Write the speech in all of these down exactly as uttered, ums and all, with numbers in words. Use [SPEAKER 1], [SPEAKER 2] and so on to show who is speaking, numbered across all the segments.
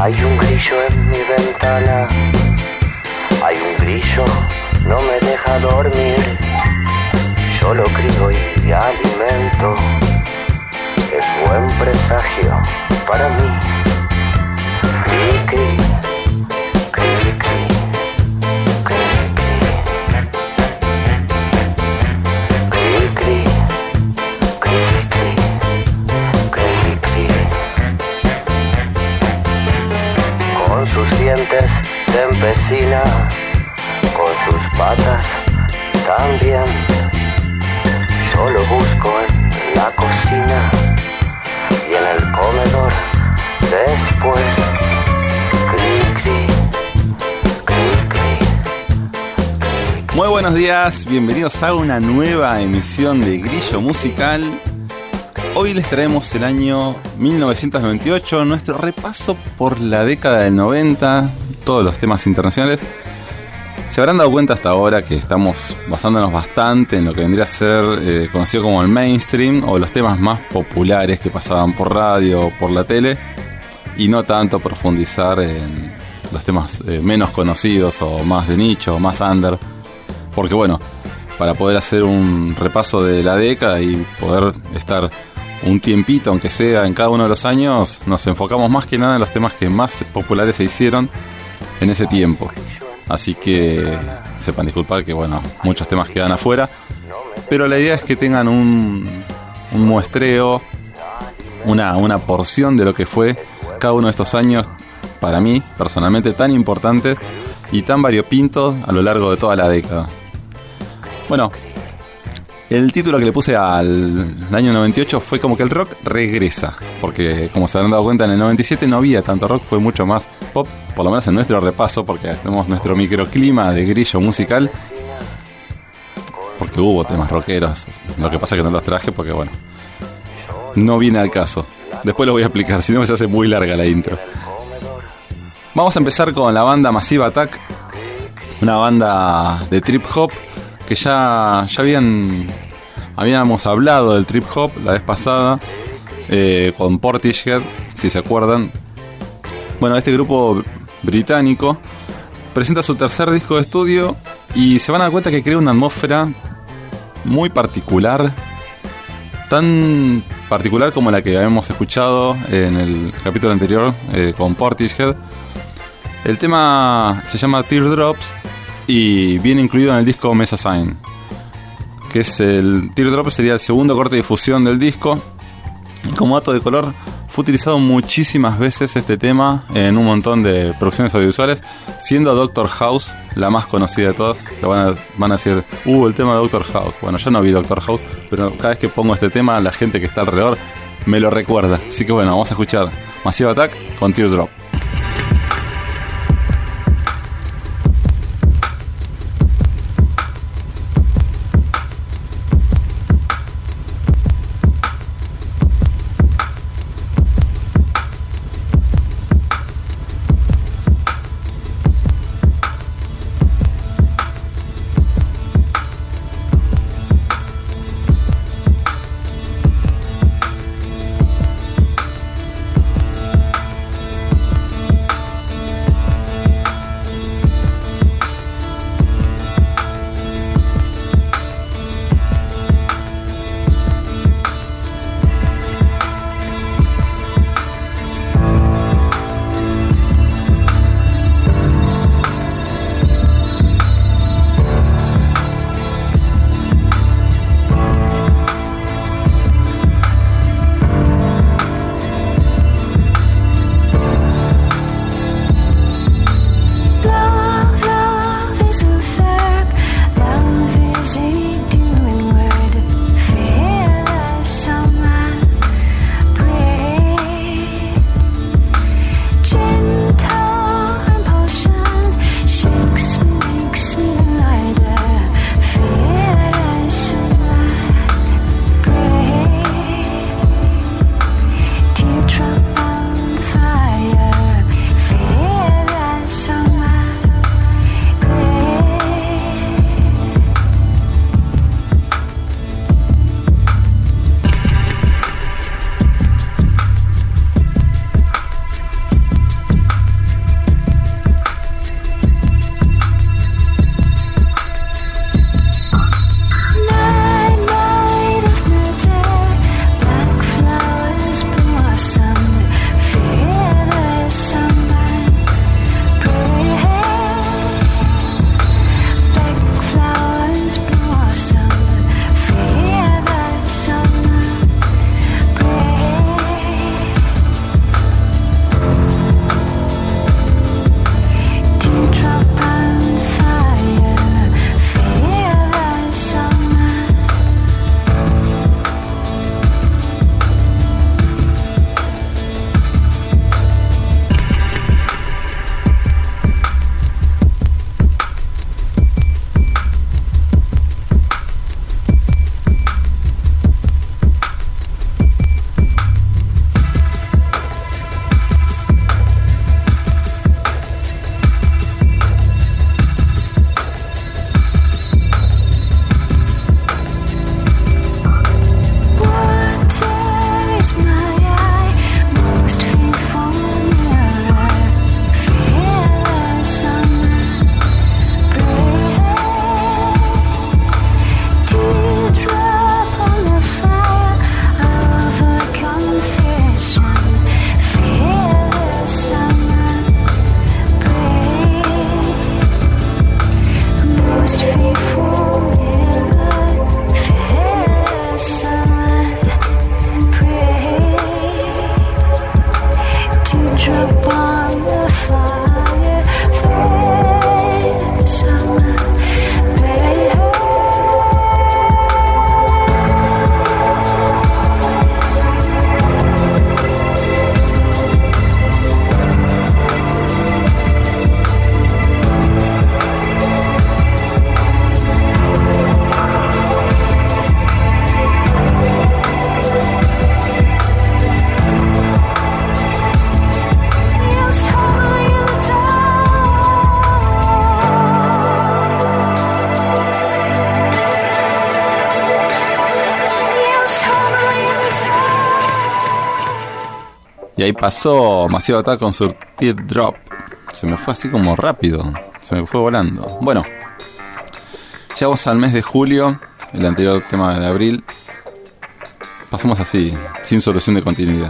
[SPEAKER 1] Hay un grillo en mi ventana, hay un grillo, no me deja dormir. Yo lo crío y alimento, es buen presagio para mí. Cri, cri, cri, cri, cri, cri, cri, cri, cri, cri. Con sus dientes se empecina, con sus patas también. Yo lo busco en la cocina y en el comedor después. Cri, cri, cri, cri, cri.
[SPEAKER 2] Muy buenos días, bienvenidos a una nueva emisión de Grillo Musical. Hoy les traemos el año mil novecientos noventa y ocho, nuestro repaso por la década del noventa, todos los temas internacionales. Se habrán dado cuenta hasta ahora que estamos basándonos bastante en lo que vendría a ser eh, conocido como el mainstream o los temas más populares que pasaban por radio o por la tele, y no tanto profundizar en los temas eh, menos conocidos o más de nicho o más under, porque bueno, para poder hacer un repaso de la década y poder estar un tiempito, aunque sea en cada uno de los años, nos enfocamos más que nada en los temas que más populares se hicieron en ese tiempo. Así que sepan disculpar que bueno, muchos temas quedan afuera, pero la idea es que tengan un, un muestreo, una, una porción de lo que fue cada uno de estos años, para mí personalmente tan importantes y tan variopintos a lo largo de toda la década. Bueno, el título que le puse al año noventa y ocho fue como que el rock regresa, porque como se habrán dado cuenta en el noventa y siete no había tanto rock, fue mucho más pop, por lo menos en nuestro repaso, porque tenemos nuestro microclima de Grillo Musical, porque hubo temas rockeros, lo que pasa es que no los traje porque bueno, no viene al caso. Después los voy a explicar, si no se hace muy larga la intro. Vamos a empezar con la banda Massive Attack, una banda de trip hop que ya, ya habían habíamos hablado del trip hop la vez pasada, eh, con Portishead, si se acuerdan. Bueno, este grupo británico presenta su tercer disco de estudio y se van a dar cuenta que crea una atmósfera muy particular, tan particular como la que habíamos escuchado en el capítulo anterior eh, con Portishead. El tema se llama Teardrops y viene incluido en el disco Mesa Sign, que es el Teardrop, sería el segundo corte de difusión del disco. Y como dato de color, fue utilizado muchísimas veces este tema en un montón de producciones audiovisuales, siendo Doctor House la más conocida de todas. Lo van a, van a decir, uh, el tema de Doctor House. Bueno, yo no vi Doctor House, pero cada vez que pongo este tema, la gente que está alrededor me lo recuerda. Así que bueno, vamos a escuchar Massive Attack con Teardrop. Y ahí pasó Massive Attack con su Teardrop. Se me fue así como rápido, se me fue volando. Bueno, llegamos al mes de julio, el anterior tema de abril. Pasamos así, sin solución de continuidad.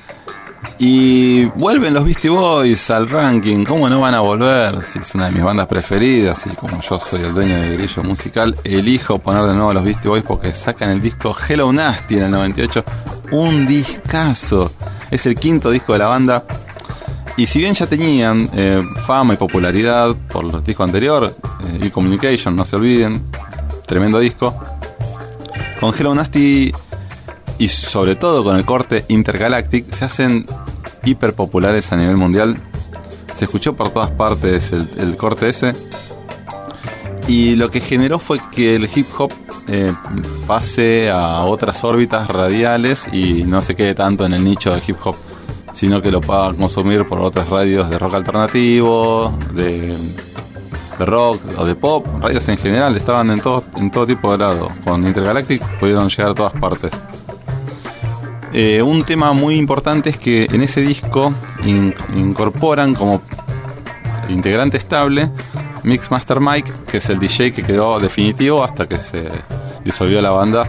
[SPEAKER 2] Y vuelven los Beastie Boys al ranking. ¿Cómo no van a volver? Si es una de mis bandas preferidas. Y como yo soy el dueño de Grillo Musical, elijo poner de nuevo a los Beastie Boys porque sacan el disco Hello Nasty en el noventa y ocho. Un discazo. Es el quinto disco de la banda. Y si bien ya tenían eh, fama y popularidad por el disco anterior, eh, E-Communication, no se olviden, tremendo disco, con Hello Nasty y sobre todo con el corte Intergalactic se hacen hiper populares a nivel mundial. Se escuchó por todas partes el, el corte ese, y lo que generó fue que el hip hop eh, pase a otras órbitas radiales y no se quede tanto en el nicho de hip hop, sino que lo pueda consumir por otras radios de rock alternativo, de, de rock o de pop. Radios en general estaban en todo, en todo tipo de lado. Con Intergalactic pudieron llegar a todas partes. Eh, un tema muy importante es que en ese disco in, incorporan como integrante estable Mixmaster Mike, que es el D J que quedó definitivo hasta que se disolvió la banda.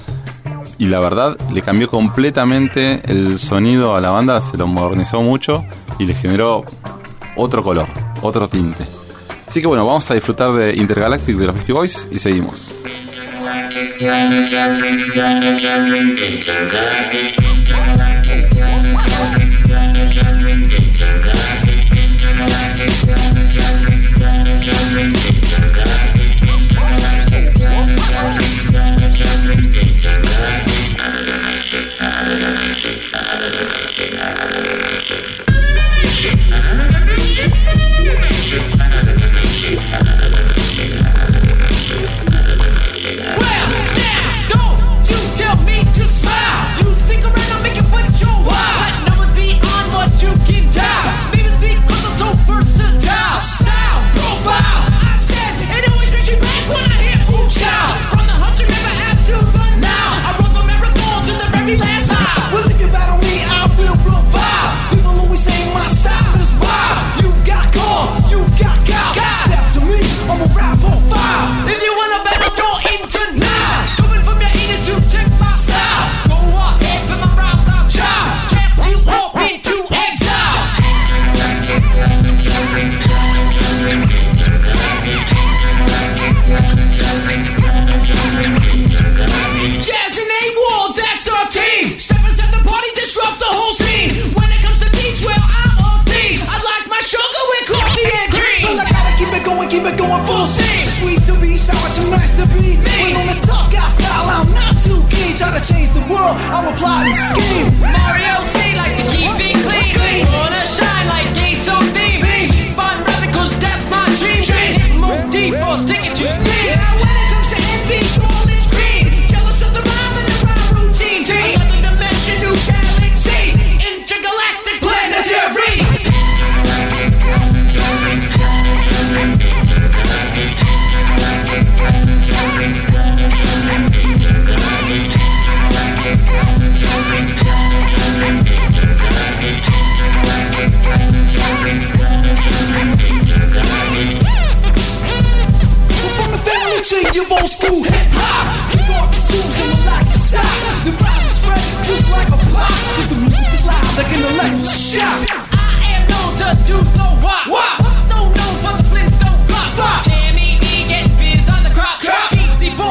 [SPEAKER 2] Y la verdad, le cambió completamente el sonido a la banda, se lo modernizó mucho y le generó otro color, otro tinte. Así que bueno, vamos a disfrutar de Intergalactic de los Beastie Boys y seguimos.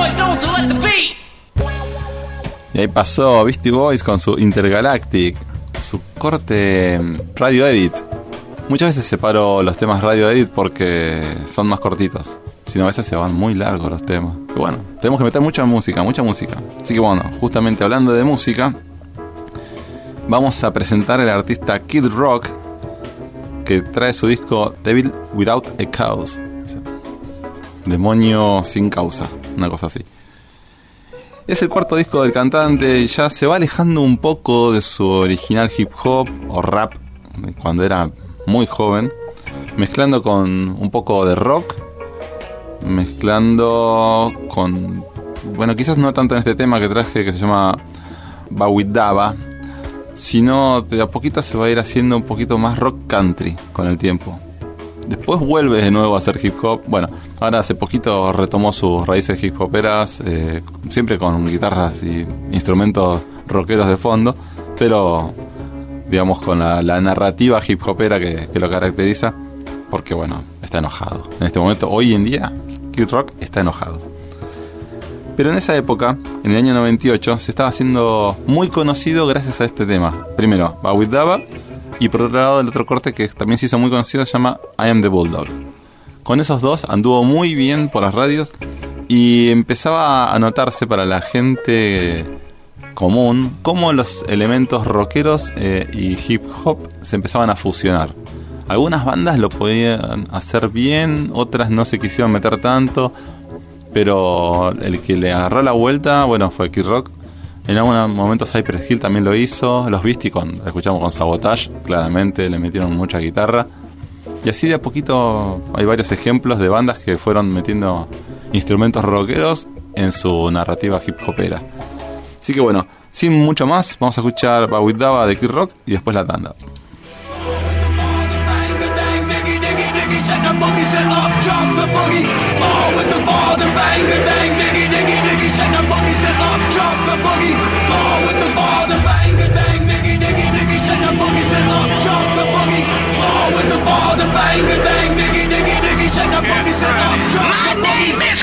[SPEAKER 2] Y ahí pasó Beastie Boys con su Intergalactic, su corte Radio Edit. Muchas veces separo los temas Radio Edit porque son más cortitos. Si no, a veces se van muy largos los temas. Pero bueno, tenemos que meter mucha música, mucha música. Así que bueno, justamente hablando de música, vamos a presentar al artista Kid Rock, que trae su disco Devil Without a Cause. Demonio sin causa, una cosa así. Es el cuarto disco del cantante y ya se va alejando un poco de su original hip hop o rap cuando era muy joven, mezclando con un poco de rock, mezclando con, bueno, quizás no tanto en este tema que traje que se llama Bawidaba, sino de a poquito se va a ir haciendo un poquito más rock country con el tiempo. Después vuelve de nuevo a hacer hip hop. Bueno, ahora hace poquito retomó sus raíces hip hoperas, eh, siempre con guitarras y instrumentos rockeros de fondo, pero digamos con la, la narrativa hip hopera que, que lo caracteriza, porque bueno, está enojado. En este momento, hoy en día, Kid Rock está enojado. Pero en esa época, en el año noventa y ocho, se estaba haciendo muy conocido gracias a este tema. Primero, Bawidaba, y por otro lado el otro corte que también se hizo muy conocido se llama I Am the Bulldog. Con esos dos anduvo muy bien por las radios y empezaba a notarse para la gente común cómo los elementos rockeros eh, y hip hop se empezaban a fusionar. Algunas bandas lo podían hacer bien, otras no se quisieron meter tanto, pero el que le agarró la vuelta, bueno, fue Kid Rock. En algunos momentos Cypress Hill también lo hizo. Los Beastie, con, lo escuchamos con Sabotage, claramente le metieron mucha guitarra. Y así de a poquito hay varios ejemplos de bandas que fueron metiendo instrumentos rockeros en su narrativa hip hopera. Así que bueno, sin mucho más, vamos a escuchar Bawidaba de Kid Rock y después la tanda.
[SPEAKER 3] My name is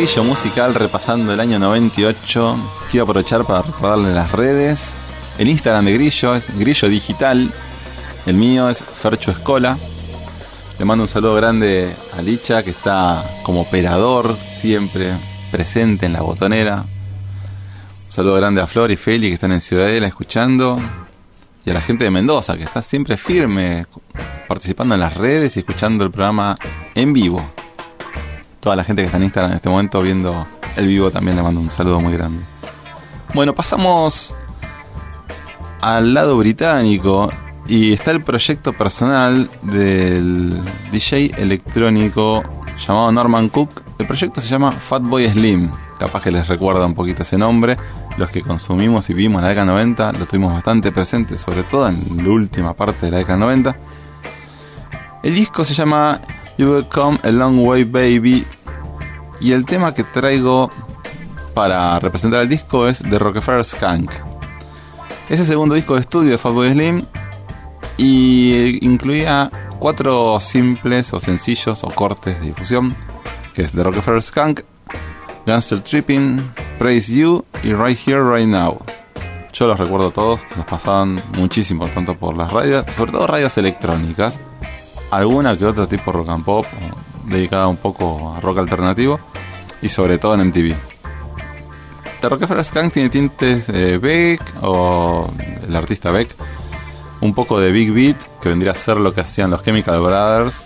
[SPEAKER 2] Grillo Musical repasando el año noventa y ocho. Quiero aprovechar para recordarles las redes. El Instagram de Grillo es Grillo Digital. El mío es Fercho Escola. Le mando un saludo grande a Licha, que está como operador, siempre presente en la botonera. Un saludo grande a Flor y Feli, que están en Ciudadela escuchando. Y a la gente de Mendoza, que está siempre firme, participando en las redes y escuchando el programa en vivo. Toda la gente que está en Instagram en este momento viendo el vivo también le mando un saludo muy grande. Bueno, pasamos al lado británico y está el proyecto personal del D J electrónico llamado Norman Cook. El proyecto se llama Fatboy Slim. Capaz que les recuerda un poquito ese nombre. Los que consumimos y vivimos en la década noventa lo tuvimos bastante presente, sobre todo en la última parte de la década noventa. El disco se llama You Will Come a Long Way Baby, y el tema que traigo para representar el disco es The Rockefeller Skunk. Es el segundo disco de estudio de Fatboy Slim y incluía cuatro simples o sencillos o cortes de difusión, que es The Rockefeller Skunk, Gangster Tripping, Praise You y Right Here, Right Now. Yo los recuerdo todos, los pasaban muchísimo, tanto por las radios, sobre todo radios electrónicas, alguna que otro tipo rock and pop, dedicada un poco a rock alternativo, y sobre todo en M T V. The Rockefeller Skunk tiene tintes de Beck, o el artista Beck, un poco de Big Beat, que vendría a ser lo que hacían los Chemical Brothers,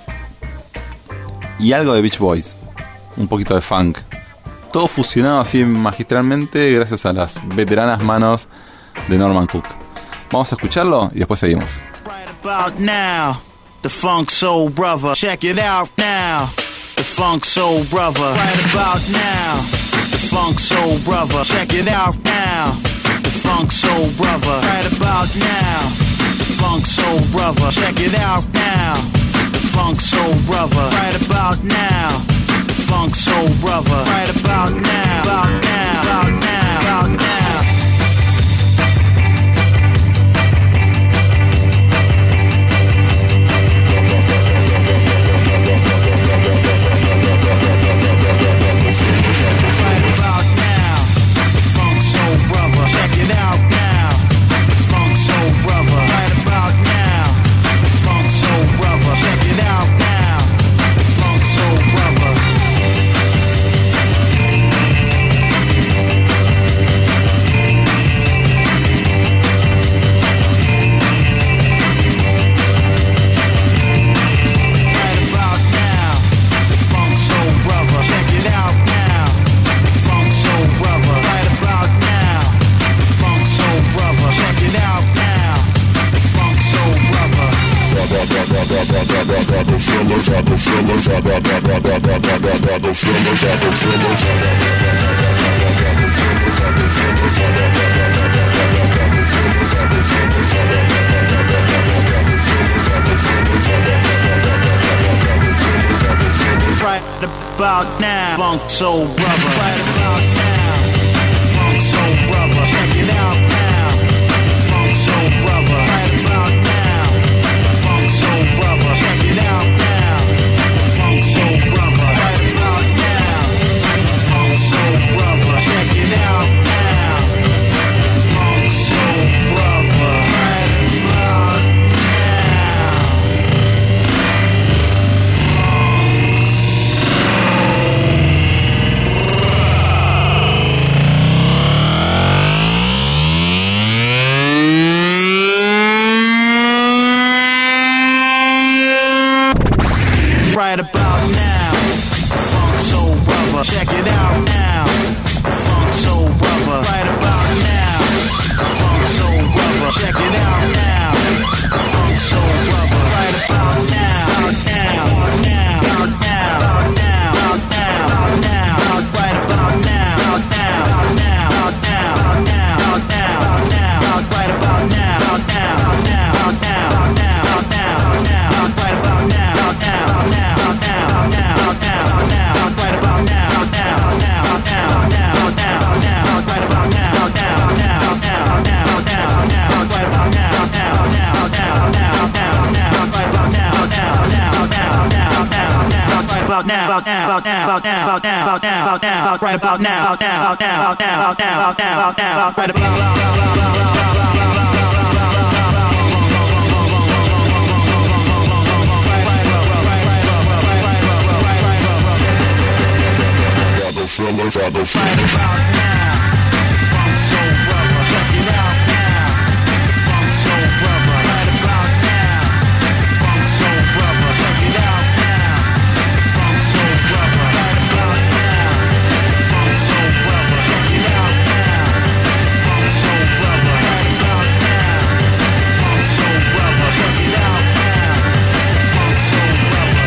[SPEAKER 2] y algo de Beach Boys, un poquito de funk. Todo fusionado así magistralmente gracias a las veteranas manos de Norman Cook. Vamos a escucharlo y después seguimos.
[SPEAKER 4] Right about now, the Funk Soul Brother. Check it out now, the Funk Soul Brother. Right about now, the Funk Soul Brother. Check it out now, the Funk Soul Brother. Right about now, the Funk Soul Brother. Check it out now, the Funk Soul Brother. Right about now, the Funk Soul Brother. Right about now, about now, about now, about now. Right about now, Funk Soul Brother. Right about now, Funk Soul Brother. Check it out now, Funk Soul Brother. Right about now, Funk Soul Brother. Check it out now, Funk Soul Brother. Right about now, Funk Soul Brother. Check it out now, Funk Soul Brother. Right about now. about now, about now, about now, about now, about now, about now, about now, right about now, about now, about now, about now, about now, about now, about now, right about
[SPEAKER 5] Fellas, I go
[SPEAKER 4] right about now, Funk Soul Brother, check it out now, Funk Soul Brother, right about now, Funk Soul Brother, check it out now, Funk Soul Brother, right about now, Funk Soul Brother, check it out now, Funk Soul Brother, right about now, Funk Soul Brother, check it out now, Funk Soul Brother.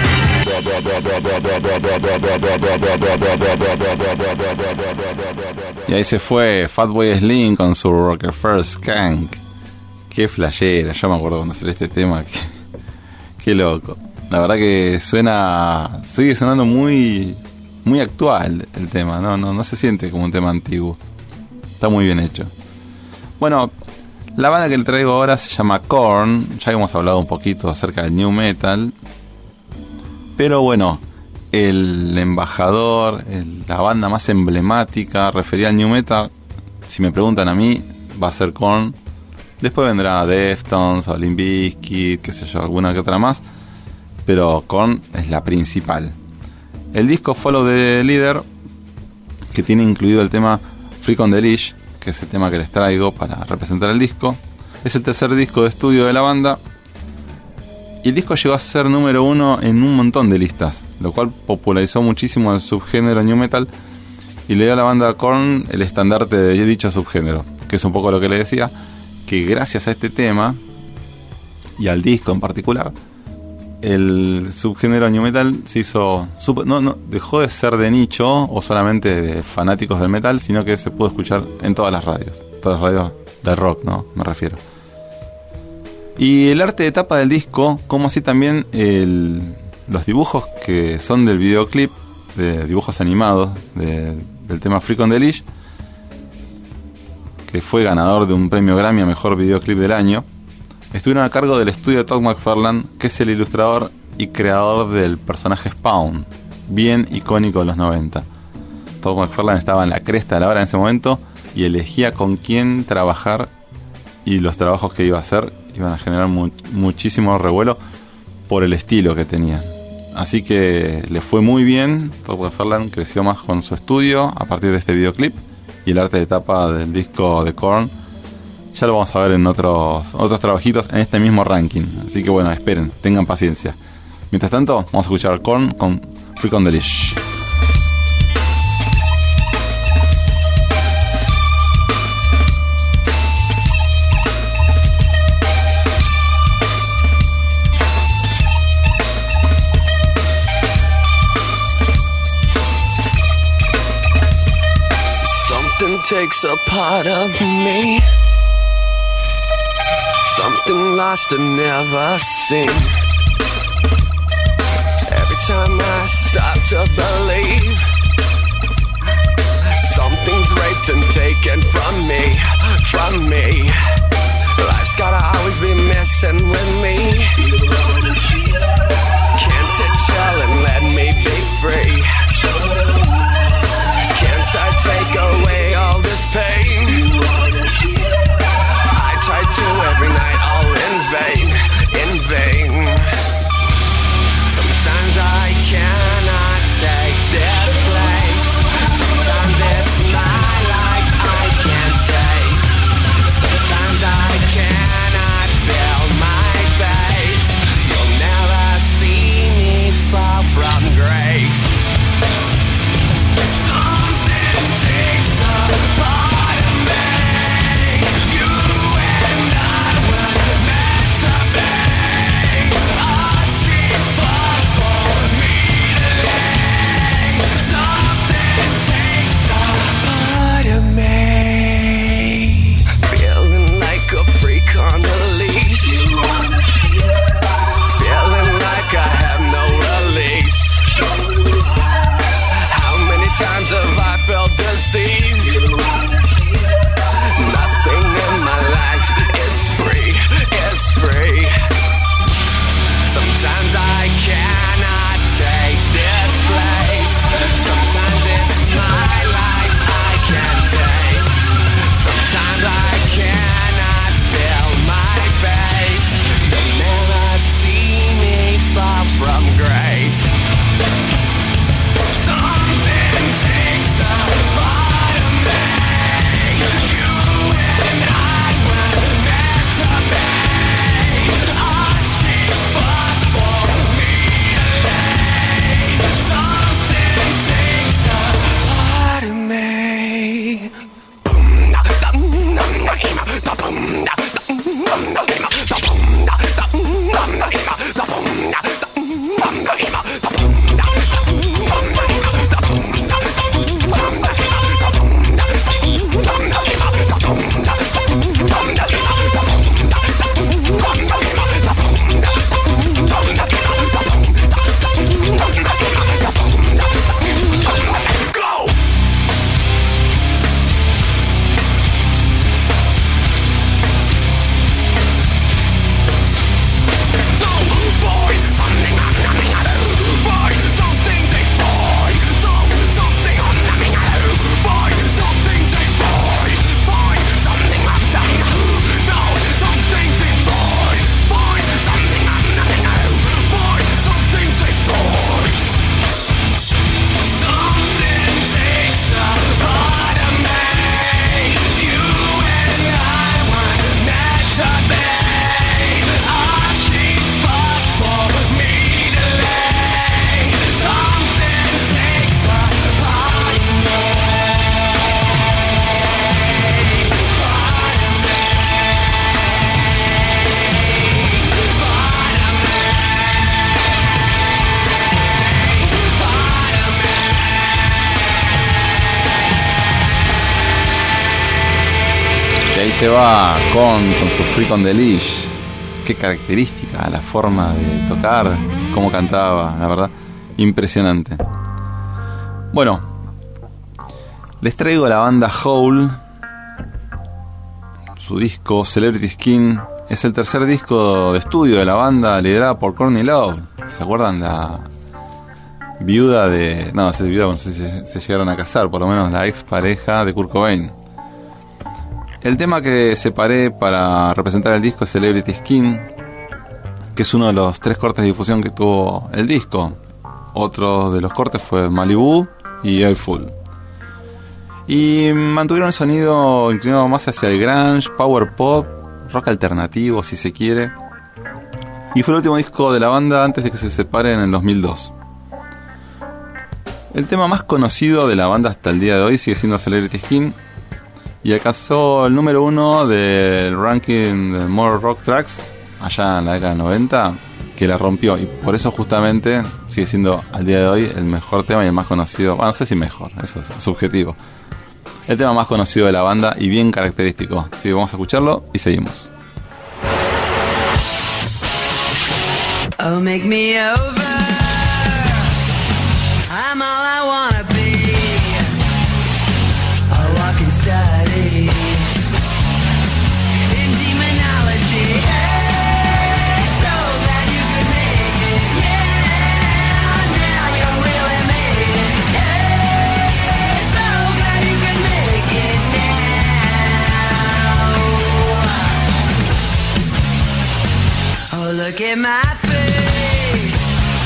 [SPEAKER 2] Y ahí se fue Fatboy Slim con su Rocker First Skank. Qué flashera, yo me acuerdo cuando salió este tema. Qué, qué loco. La verdad que suena, sigue sonando muy, muy actual el tema. No, no, no se siente como un tema antiguo. Está muy bien hecho. Bueno, la banda que le traigo ahora se llama Korn. Ya hemos hablado un poquito acerca del new metal. Pero bueno, el embajador, el, la banda más emblemática referida al new metal, si me preguntan a mí, va a ser Korn. Después vendrá Deftones o Limp Bizkit, qué sé yo, alguna que otra más. Pero Korn es la principal. El disco Follow the Leader, que tiene incluido el tema Freak on the Leash, que es el tema que les traigo para representar el disco, es el tercer disco de estudio de la banda. Y el disco llegó a ser número uno en un montón de listas, lo cual popularizó muchísimo el subgénero new metal y le dio a la banda Korn el estandarte de dicho subgénero, que es un poco lo que le decía, que gracias a este tema y al disco en particular, el subgénero new metal se hizo super, no, no dejó de ser de nicho o solamente de fanáticos del metal, sino que se pudo escuchar en todas las radios, todas las radios de rock, no me refiero. Y el arte de tapa del disco, como así también el, los dibujos que son del videoclip, de dibujos animados de, del tema Freak on the Leash, que fue ganador de un premio Grammy a mejor videoclip del año, estuvieron a cargo del estudio de Todd McFarlane, que es el ilustrador y creador del personaje Spawn, bien icónico de los noventa. Todd McFarlane estaba en la cresta de la hora en ese momento y elegía con quién trabajar, y los trabajos que iba a hacer iban a generar mu- muchísimo revuelo por el estilo que tenía. Así que le fue muy bien. Todd McFarlane creció más con su estudio a partir de este videoclip, y el arte de tapa del disco de Korn ya lo vamos a ver en otros otros trabajitos en este mismo ranking. Así que bueno, esperen, tengan paciencia. Mientras tanto, vamos a escuchar Korn con Freak on the Leash.
[SPEAKER 6] Takes a part of me, something lost and never seen. Every time I start to believe, something's raped and taken from me, from me. Life's gotta always be messing with me. Can't it chill and let me be free? Can't I take away all this pain? I try to every night, all in vain, in vain. Sometimes I cannot take this place. Sometimes it's my life I can't taste. Sometimes I cannot feel my face. You'll never see me fall from grace. Something takes a
[SPEAKER 2] Se va con, con su Freak on the Leash. Qué característica, la forma de tocar, cómo cantaba, la verdad, impresionante. Bueno, les traigo a la banda Hole. Su disco Celebrity Skin es el tercer disco de estudio de la banda, liderada por Courtney Love. ¿Se acuerdan? La viuda de... No, se viuda, no sé si se, se llegaron a casar, por lo menos la ex pareja de Kurt Cobain. El tema que separé para representar el disco es Celebrity Skin, que es uno de los tres cortes de difusión que tuvo el disco. Otro de los cortes fue Malibu y Airful. Y mantuvieron el sonido inclinado más hacia el grunge, power pop, rock alternativo si se quiere. Y fue el último disco de la banda antes de que se separen en el dos mil dos. El tema más conocido de la banda hasta el día de hoy sigue siendo Celebrity Skin, y alcanzó el número uno del ranking de More Rock Tracks allá en la década del noventa, que la rompió, y por eso justamente sigue siendo al día de hoy el mejor tema y el más conocido. Bueno, no sé si mejor, eso es subjetivo. El tema más conocido de la banda y bien característico. Así que vamos a escucharlo y seguimos.
[SPEAKER 6] Oh, make me over. I'm all I wanna be. A walking study in demonology. Hey, so glad you could make it. Yeah, now you really made it. Hey, so glad you could make it now. Oh, look at my face.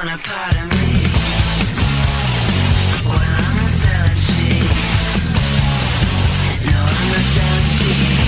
[SPEAKER 6] want a part of me. Well, I'm a selling sheep. No, I'm a selling sheep.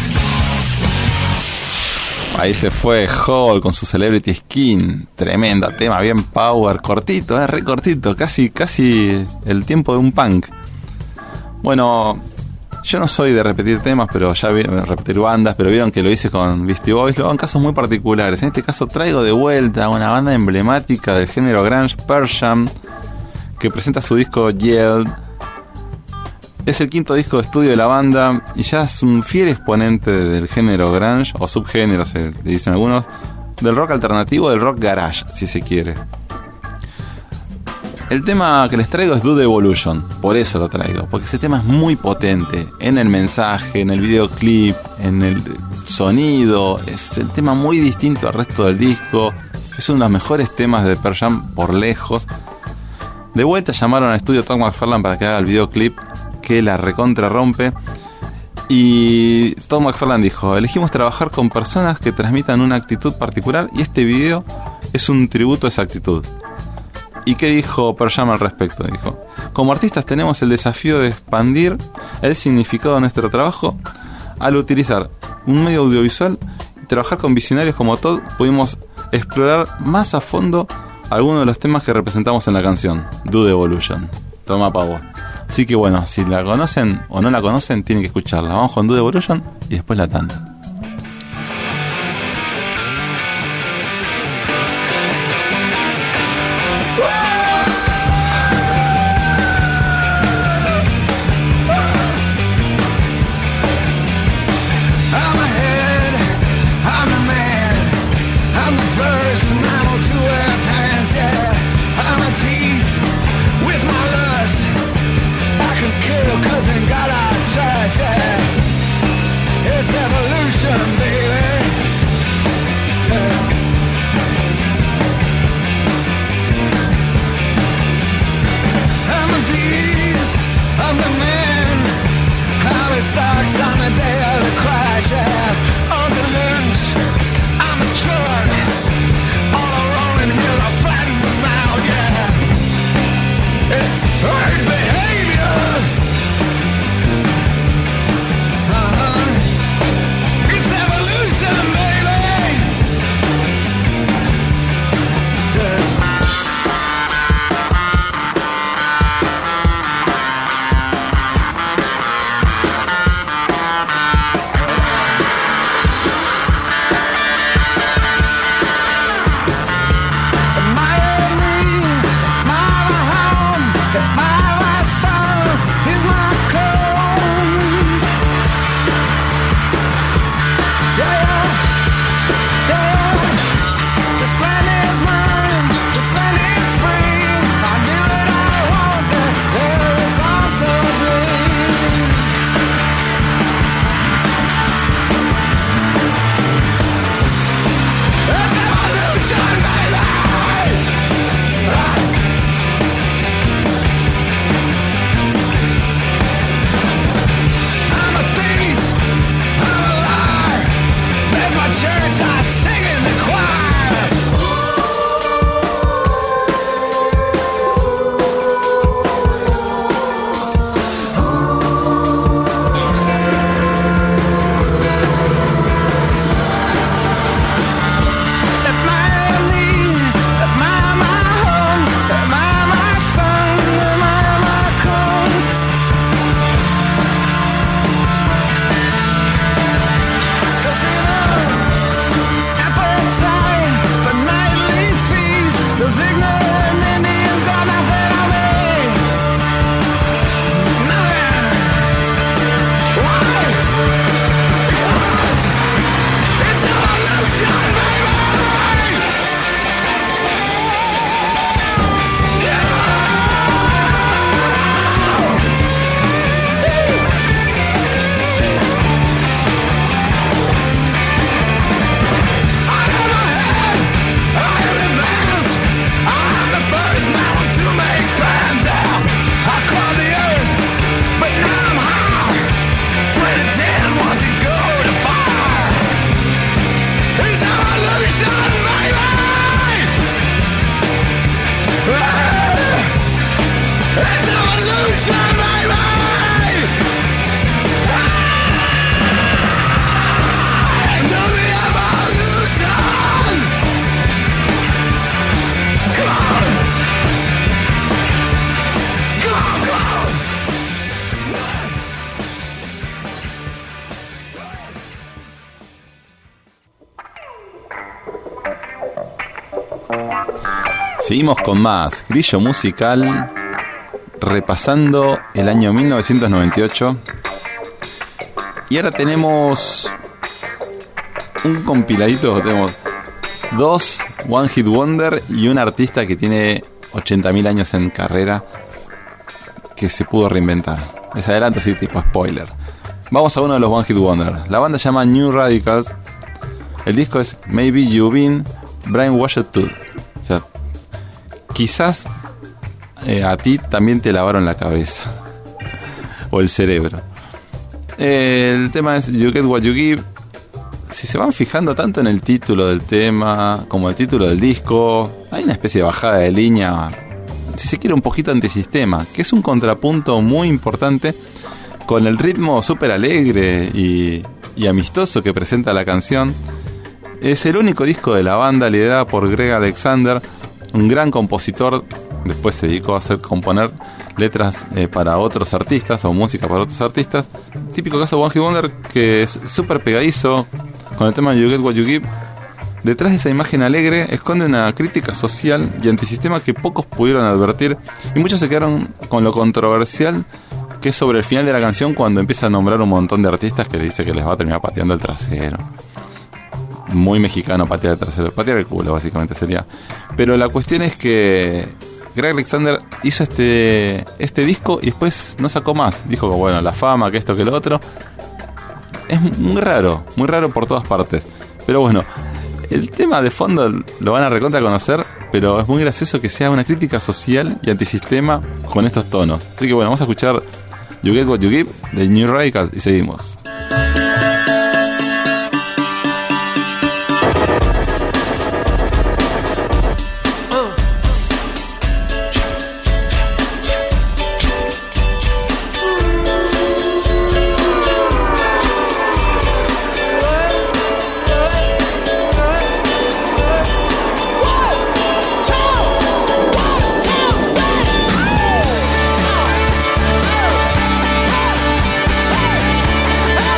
[SPEAKER 2] Ahí se fue Hall con su Celebrity Skin. Tremendo tema, bien power, cortito, eh, re cortito, casi, casi el tiempo de un punk. Bueno, yo no soy de repetir temas, pero ya vi, repetir bandas, pero vieron que lo hice con Beastie Boys, lo hago en casos muy particulares. En este caso traigo de vuelta a una banda emblemática del género grunge, Pearl Jam, que presenta su disco Yelled. Es el quinto disco de estudio de la banda y ya es un fiel exponente del género grunge, o subgénero, se le dicen algunos, del rock alternativo, del rock garage, si se quiere. El tema que les traigo es Do the Evolution, por eso lo traigo, porque ese tema es muy potente en el mensaje, en el videoclip, en el sonido. Es el tema muy distinto al resto del disco, es uno de los mejores temas de Pearl Jam por lejos. De vuelta llamaron al estudio Todd McFarlane para que haga el videoclip, que la recontra rompe. Y Todd McFarlane dijo: elegimos trabajar con personas que transmitan una actitud particular y este video es un tributo a esa actitud. ¿Y qué dijo Pearl Jam al respecto? Dijo: como artistas tenemos el desafío de expandir el significado de nuestro trabajo. Al utilizar un medio audiovisual y trabajar con visionarios como Todd, pudimos explorar más a fondo algunos de los temas que representamos en la canción Do the Evolution. Toma pavo. Así que bueno, si la conocen o no la conocen, tienen que escucharla. Vamos con Do the Evolution y después la tanda.
[SPEAKER 7] It's evolution.
[SPEAKER 2] Seguimos con más Grillo Musical, repasando el año mil novecientos noventa y ocho. Y ahora tenemos un compiladito, tenemos dos One Hit Wonder y un artista que tiene ochenta mil años en carrera que se pudo reinventar. Les adelanto así tipo spoiler. Vamos a uno de los One Hit Wonder. La banda se llama New Radicals. El disco es Maybe You've Been Brainwashed Too. O sea, quizás eh, a ti también te lavaron la cabeza o el cerebro. Eh, el tema es You Get What You Give. Si se van fijando tanto en el título del tema como el título del disco, hay una especie de bajada de línea, si se quiere un poquito antisistema, que es un contrapunto muy importante con el ritmo súper alegre y, y amistoso que presenta la canción. Es el único disco de la banda liderada por Greg Alexander, un gran compositor. Después se dedicó a hacer componer letras eh, para otros artistas o música para otros artistas. Típico caso de One Hit Wonder, que es súper pegadizo con el tema You Get What You Give. Detrás de esa imagen alegre esconde una crítica social y antisistema que pocos pudieron advertir, y muchos se quedaron con lo controversial que es sobre el final de la canción, cuando empieza a nombrar un montón de artistas que le dice que les va a terminar pateando el trasero. Muy mexicano patear el trasero, patear el culo básicamente sería. Pero la cuestión es que Greg Alexander hizo este, este disco y después no sacó más. Dijo que bueno, la fama, que esto, que lo otro. Es muy raro, muy raro por todas partes. Pero bueno, el tema de fondo lo van a recontra conocer, pero es muy gracioso que sea una crítica social y antisistema con estos tonos. Así que bueno, vamos a escuchar You Get What You Give de New Radicals y seguimos.
[SPEAKER 7] Hey!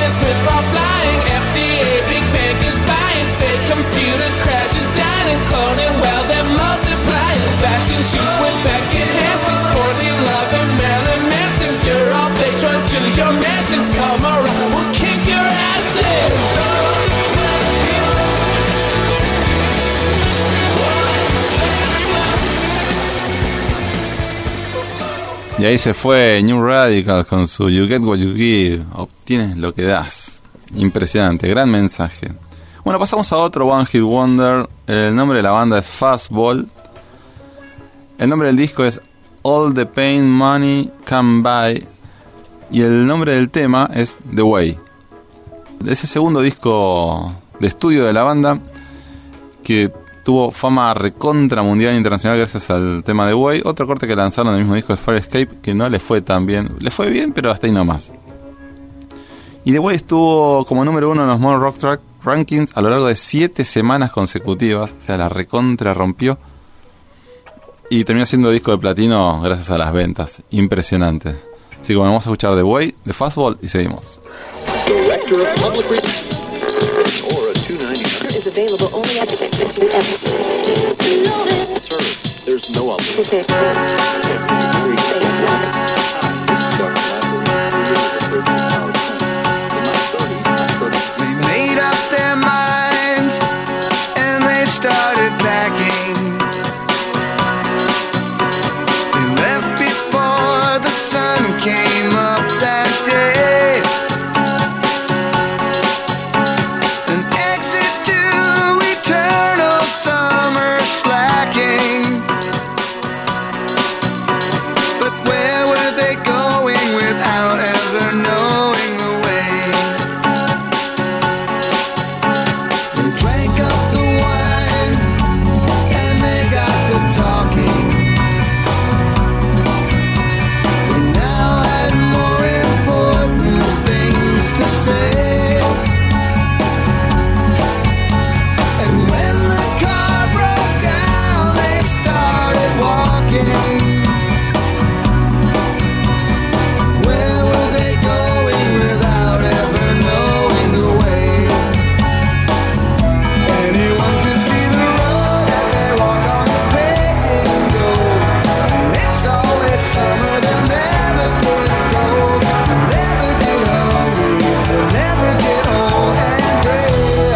[SPEAKER 6] trip off flying. F D A, big bank is buying. Fake computer crashes down and cloning while they're multiplying. Fashion shoots with Beckett Hansen, Courtney Love and Marilyn Manson. You're all fakes, run to your mansions. Come around, we'll kick your asses.
[SPEAKER 2] Y ahí se fue New Radical con su You Get What You Give. Obtienes lo que das. Impresionante, gran mensaje. Bueno, pasamos a otro One Hit Wonder. El nombre de la banda es Fastball. El nombre del disco es All the Pain Money Can Buy. Y el nombre del tema es The Way. Ese segundo disco de estudio de la banda, que tuvo fama recontra mundial e internacional gracias al tema The Way. Otro corte que lanzaron del mismo disco es Fire Escape, que no le fue tan bien. Le fue bien, pero hasta ahí nomás. Y The Way estuvo como número uno en los Modern Rock Track Rankings a lo largo de siete semanas consecutivas. O sea, la recontra rompió. Y terminó siendo disco de platino gracias a las ventas. Impresionante. Así que bueno, vamos a escuchar The Way de Fastball y seguimos.
[SPEAKER 7] Director of Public Relations or a two ninety-nine
[SPEAKER 8] is available only at the
[SPEAKER 7] Sir, there's no obligation.
[SPEAKER 9] They made up their minds and they started packing. They left before the sun came up that day. An exit to eternal summer slacking. But where were they going without ever knowing the way? They drank up the wine and they got to talking. They now had more important things to say. And when the car broke down, they started walking. Where were they going without ever knowing the way? Anyone could see the road that they walk on is paved in gold. And it's always summer, they'll never get cold. They'll never get hungry, they'll never get old and gray.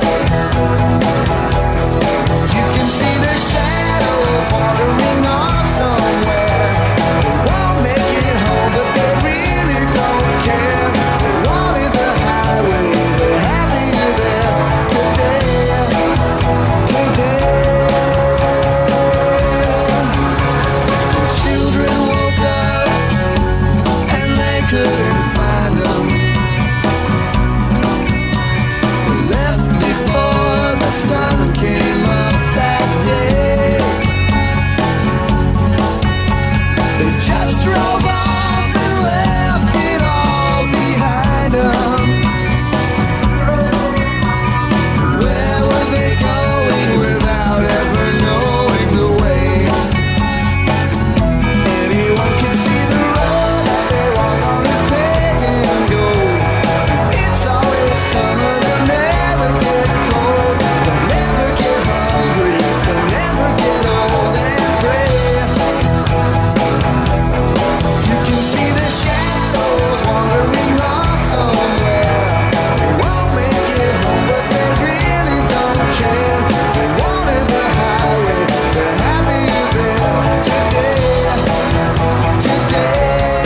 [SPEAKER 9] You can see their shadows wandering off somewhere. They won't make it home, but they really don't care. They wanted the highway, they're happier there today. Today. The children woke up and they couldn't find them. They left before the sun came up that day. They just drove off and left it all behind them. Where were they going without ever knowing the way? Anyone can see the road that they walk on is paved in gold. It's always summer, they'll never get cold. They'll never get hungry, they'll never get old and gray. You can see the shadows wandering off somewhere. They won't make it home, but they really don't care. They wanted the highway, they're happier there today. Today.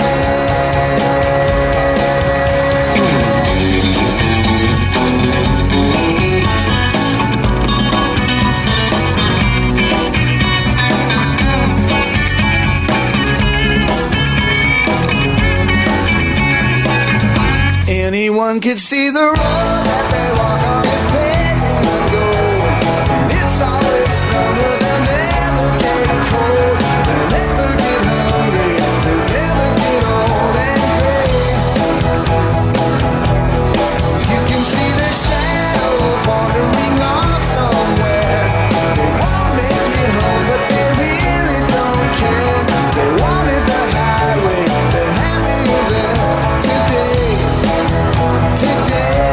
[SPEAKER 9] Anyone could see the road that they walk on is paved in gold. And it's always summer, they'll never get cold. They'll never get hungry, they'll never get old and gray. You can see their shadows wandering off somewhere. They won't make it home, but they really don't care. They wanted the highway, they're happier there today. Today.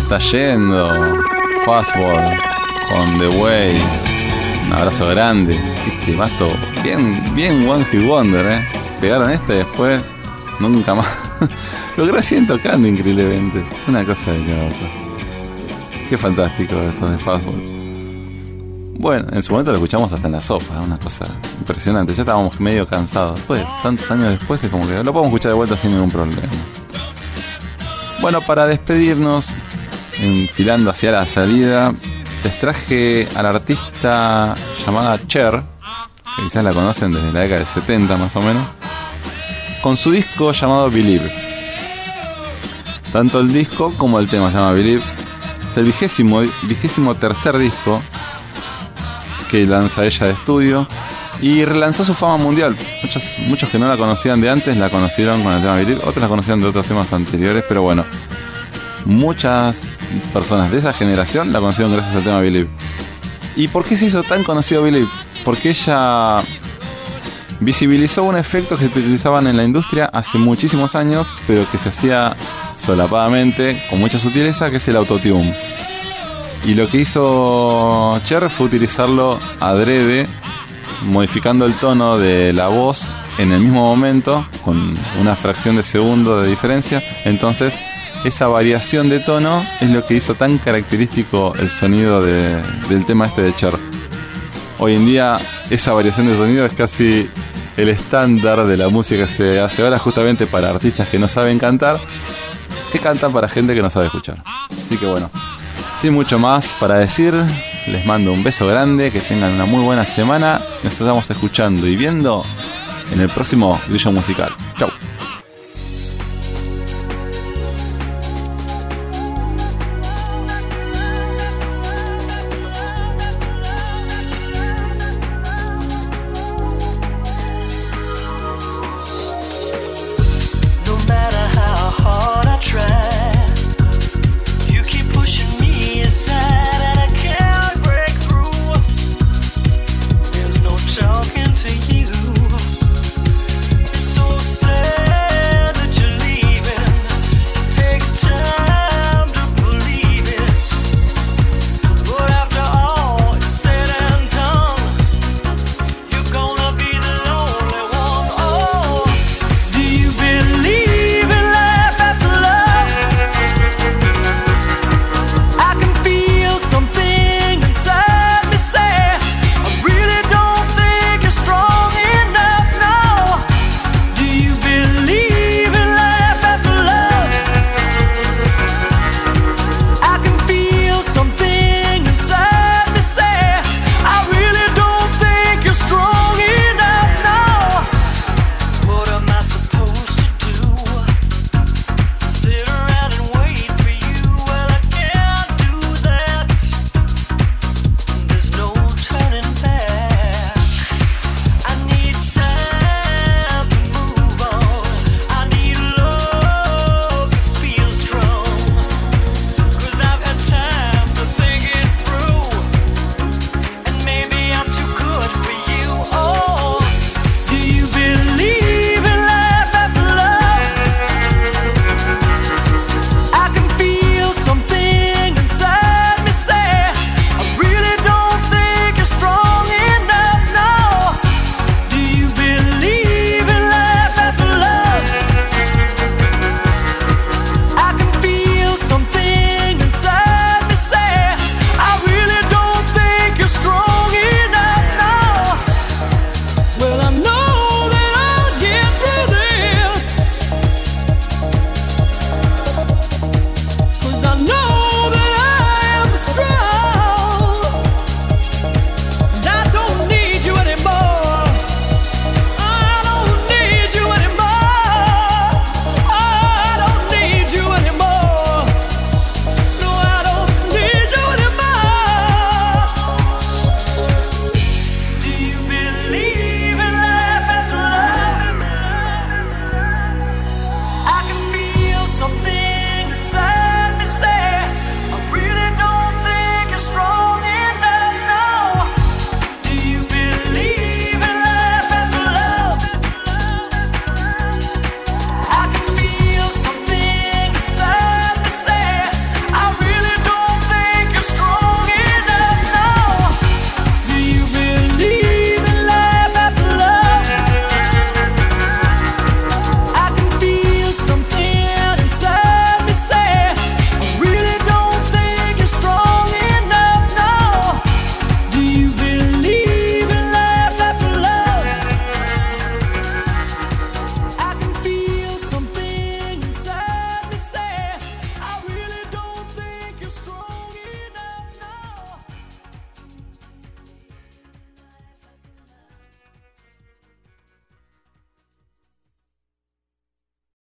[SPEAKER 2] está yendo? Fastball con The Way. Un abrazo grande. Este vaso bien, bien One Hit Wonder, eh. Pegaron este y después nunca más. Lo que siguen tocando increíblemente. Una cosa de loco. Qué fantástico esto de Fastball. Bueno, en su momento lo escuchamos hasta en la sopa, una cosa impresionante. Ya estábamos medio cansados. Después, tantos años después, es como que lo podemos escuchar de vuelta sin ningún problema. Bueno, para despedirnos, enfilando hacia la salida, les traje a la artista llamada Cher, que quizás la conocen desde la década del setenta más o menos, con su disco llamado Believe. Tanto el disco como el tema se llama Believe. Es el vigésimo, vigésimo tercer disco que lanza ella de estudio y relanzó su fama mundial. Muchos, muchos que no la conocían de antes la conocieron con el tema Believe, otros la conocían de otros temas anteriores, pero bueno, muchas personas de esa generación la conocieron gracias al tema Believe. ¿Y por qué se hizo tan conocido Believe? Porque ella visibilizó un efecto que se utilizaban en la industria hace muchísimos años, pero que se hacía solapadamente, con mucha sutileza, que es el autotune. Y lo que hizo Cher fue utilizarlo adrede, modificando el tono de la voz en el mismo momento, con una fracción de segundo de diferencia. Entonces, esa variación de tono es lo que hizo tan característico el sonido de, del tema este de Cher. Hoy en día, esa variación de sonido es casi el estándar de la música que se hace ahora, justamente para artistas que no saben cantar, que cantan para gente que no sabe escuchar. Así que bueno, sin mucho más para decir, les mando un beso grande, que tengan una muy buena semana. Nos estamos escuchando y viendo en el próximo Grillo Musical. Chau.